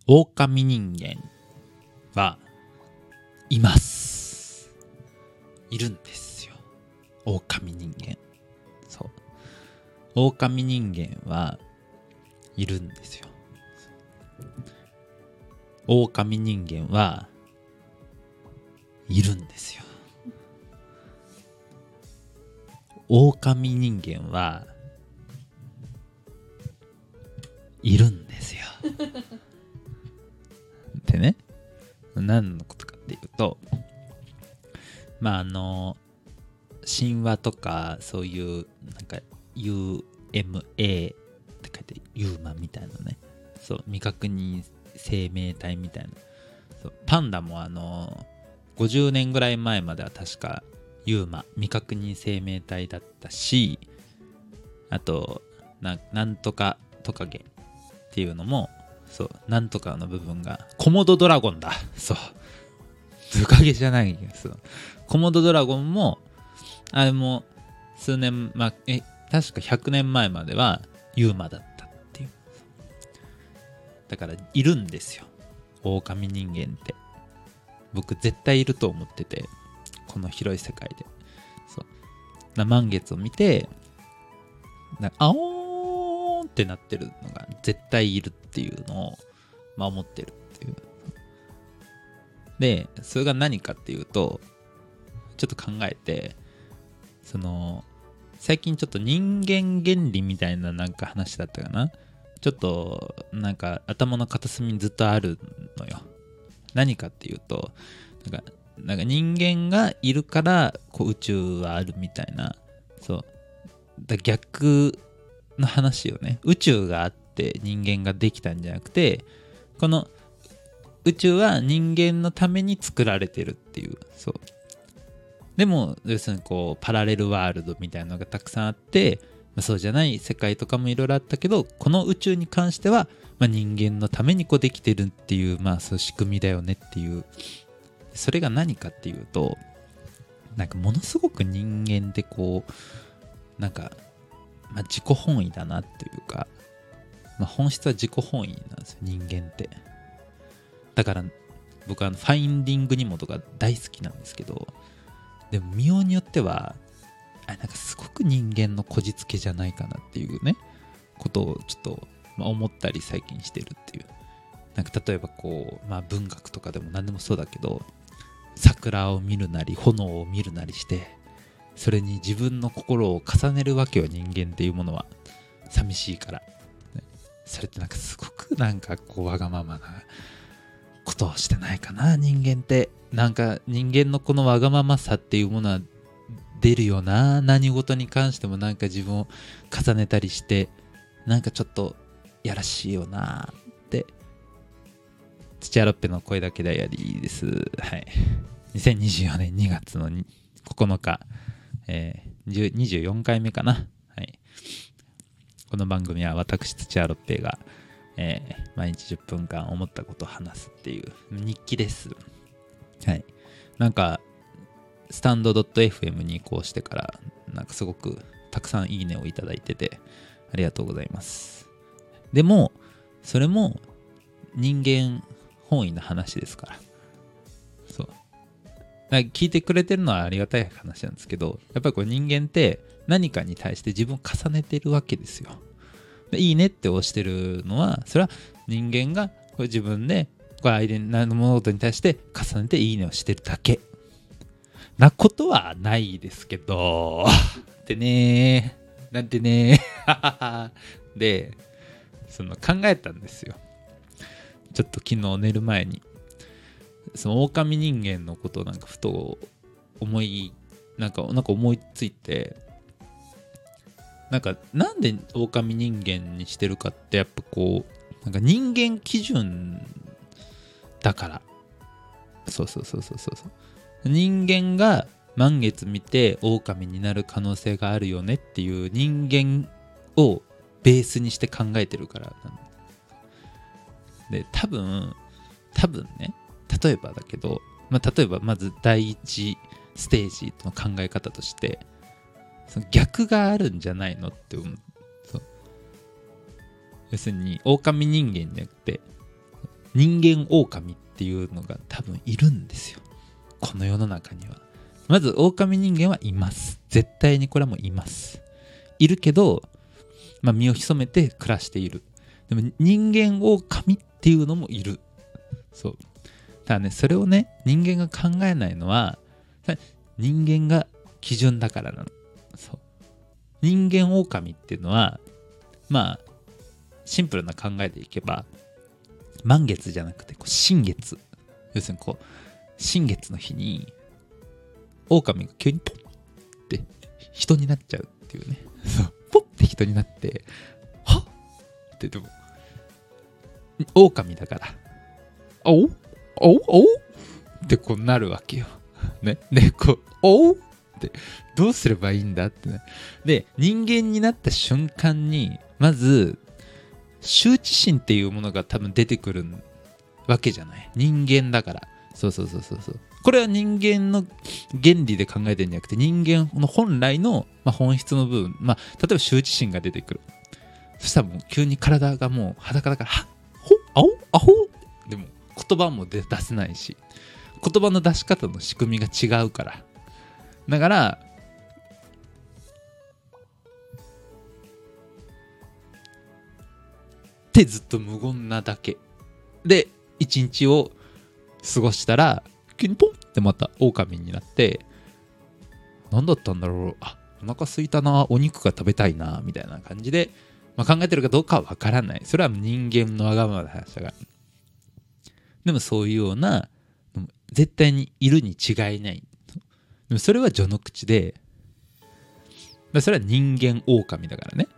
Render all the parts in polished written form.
狼人間はいます。いるんですよ。狼人間。そう。狼人間はいるんですよ。狼人間はいるんですよ。狼人間はいるんですよ。でね、何のことかっていうと、神話とかそういうなんか UMA って書いてユーマみたいなね、そう未確認生命体みたいな、そうパンダも50年ぐらい前までは確かユーマ未確認生命体だったし、あとなんとかトカゲっていうのも、そうなんとかの部分がコモドドラゴンだ。そうトカゲじゃない。そうコモドドラゴンもあれも数年確か100年前まではユーマだったっていう。だからいるんですよ、狼人間って。僕絶対いると思ってて、この広い世界で。そう満月を見てあおーんってなってるのが絶対いるっていうのを思ってるっていう。でそれが何かっていうと、ちょっと考えて、最近ちょっと人間原理みたいななんか話だったかな、ちょっとなんか頭の片隅にずっとあるのよ。何かっていうと、なんか人間がいるからこう宇宙はあるみたいな、そうだ逆の話よね。宇宙があって人間ができたんじゃなくて、この宇宙は人間のために作られてるっていう。そうでも要するにこうパラレルワールドみたいなのがたくさんあって、そうじゃない世界とかもいろいろあったけど、この宇宙に関しては、人間のためにこうできてるっていう、そういう仕組みだよねっていう。それが何かっていうと、なんかものすごく人間ってこうなんか、自己本位だなっていうか、本質は自己本位なんですよ、人間って。だから僕はファインディングニモとか大好きなんですけど、でも見ようによってはなんかすごく人間のこじつけじゃないかなっていうねことをちょっと、思ったり最近してるっていう。なんか例えばこう、文学とかでも何でもそうだけど、桜を見るなり炎を見るなりして、それに自分の心を重ねるわけよ、人間っていうものは。寂しいから、ね、それってなんかすごくなんかこうわがままなことをしてないかな、人間って。なんか人間のこのわがままさっていうものは出るよな。何事に関してもなんか自分を重ねたりして、なんかちょっとやらしいよなって。土屋ロッペの声だけダイアリーです。はい。2024年2月の9日、24回目かな。はい。この番組は私土屋ロッペが、毎日10分間思ったことを話すっていう日記です。はい。なんかスタンド .fm に移行してからなんかすごくたくさんいいねをいただいててありがとうございます。でもそれも人間本位な話ですから。そうだから聞いてくれてるのはありがたい話なんですけど、やっぱりこれ人間って何かに対して自分を重ねてるわけですよ。でいいねって押してるのは、それは人間がこれ自分でこれ相手の物事に対して重ねていいねをしてるだけなことはないですけどでねなんてねで考えたんですよ、ちょっと昨日寝る前に。その狼人間のことをなんかふと思いついて、なんで狼人間にしてるかって、やっぱこうなんか人間基準だから。そう人間が満月見て狼になる可能性があるよねっていう人間をベースにして考えてるからで、多分ね、例えばだけど、例えばまず第一ステージの考え方として、その逆があるんじゃないのって思う。要するに狼人間じゃなくて人間狼っていうのが多分いるんですよ、この世の中には。まず狼人間はいます。絶対にこれはもういます。いるけど、身を潜めて暮らしている。でも人間狼っていうのもいる。そう。ただね、それをね、人間が考えないのは、人間が基準だからなの。そう。人間狼っていうのは、シンプルな考えでいけば、満月じゃなくて新月。要するに新月の日に、狼が急にポッって人になっちゃうっていうね。そう。ポッって人になって、はっって、でも、狼だから、おうってなるわけよ。ね。で、おうってどうすればいいんだってね。で、人間になった瞬間に、まず、羞恥心っていうものが多分出てくるわけじゃない。人間だから。そう。これは人間の原理で考えてるんじゃなくて、人間の本来の、本質の部分。例えば羞恥心が出てくる。そしたらもう急に体がもう裸だから、はっアホでも言葉も出せないし、言葉の出し方の仕組みが違うから。だからってずっと無言なだけで一日を過ごしたら、急にポンってまた狼になって、何だったんだろう、お腹空いたな、お肉が食べたいなみたいな感じで、考えてるかどうかは分からない。それは人間のわがままな話だから。でもそういうような絶対にいるに違いない。でもそれは序の口で、それは人間狼だからね。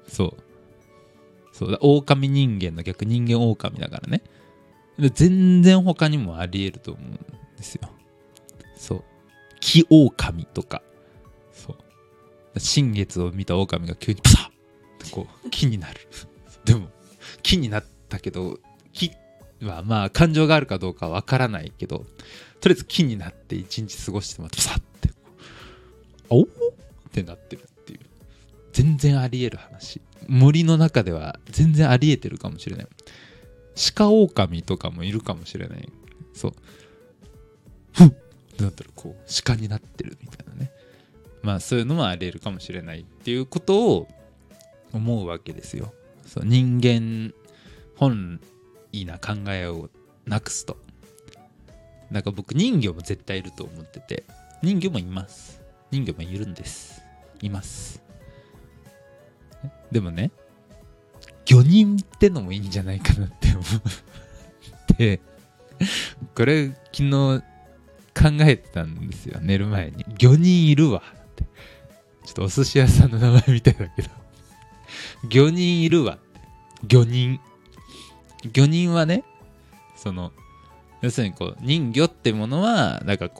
そうだ、狼人間の逆、人間狼だからね。で全然他にもあり得ると思うんですよ。そう、木狼とか、そう新月を見た狼が急にプサッって木になる。でも木になったけど、木は感情があるかどうかは分からないけど、とりあえず木になって一日過ごしてまたプサッておおってなってるっていう、全然あり得る話。森の中では全然あり得てるかもしれない。鹿狼とかもいるかもしれない。そうふっってなったら鹿になってるみたいなね。そういうのもあり得るかもしれないっていうことを思うわけですよ。そう人間本位な考えをなくすと。だから僕人魚も絶対いると思ってて、人魚もいます。人魚もいるんです。います。でもね、魚人ってのもいいんじゃないかなって思ってこれ昨日考えてたんですよ、寝る前に。魚人いるわって。ちょっとお寿司屋さんの名前みたいだけど魚人いるわって。魚人はね、要するに人魚ってものは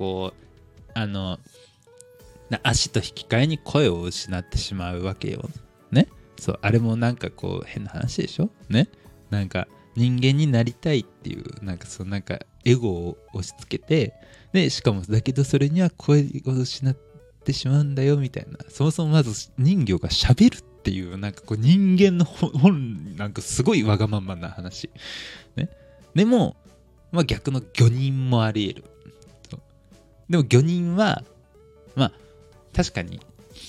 足と引き換えに声を失ってしまうわけよね。そう、あれも変な話でしょね。人間になりたいっていうエゴを押し付けて、でしかもだけどそれには声を失ってしまうんだよみたいな。そもそもまず人魚が喋るっていう人間の本すごいわがままな話ね。でも逆の魚人もあり得る。でも魚人は確かに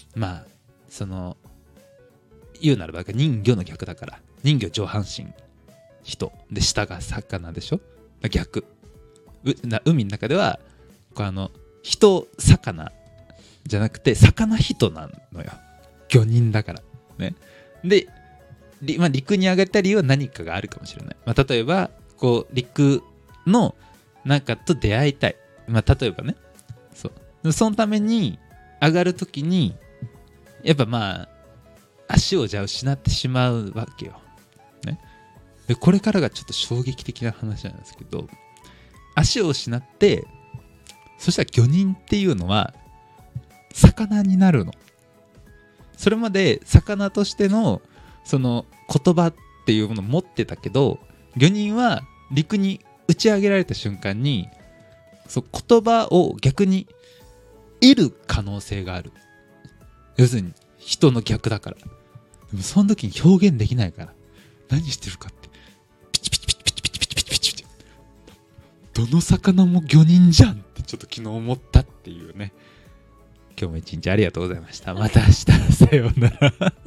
言うならば人魚の逆だから、人魚上半身人で下が魚でしょ。逆。海の中では人魚じゃなくて魚人なのよ、魚人だからね。で、陸に上がった理由は何かがあるかもしれない。例えば陸のと出会いたい。例えばね、そのために上がるときにやっぱ足をじゃあ失ってしまうわけよ、ね。でこれからがちょっと衝撃的な話なんですけど、足を失って、そしたら魚人っていうのは魚になるの。それまで魚としての言葉っていうものを持ってたけど、魚人は陸に打ち上げられた瞬間に言葉を逆に得る可能性がある。要するに人の逆だから。でもその時に表現できないから何してるかって、ピチピチピチピチピチピチピチピチどの魚も魚人じゃんってちょっと昨日思ったっていうね。今日も一日ありがとうございました。また明日さようなら。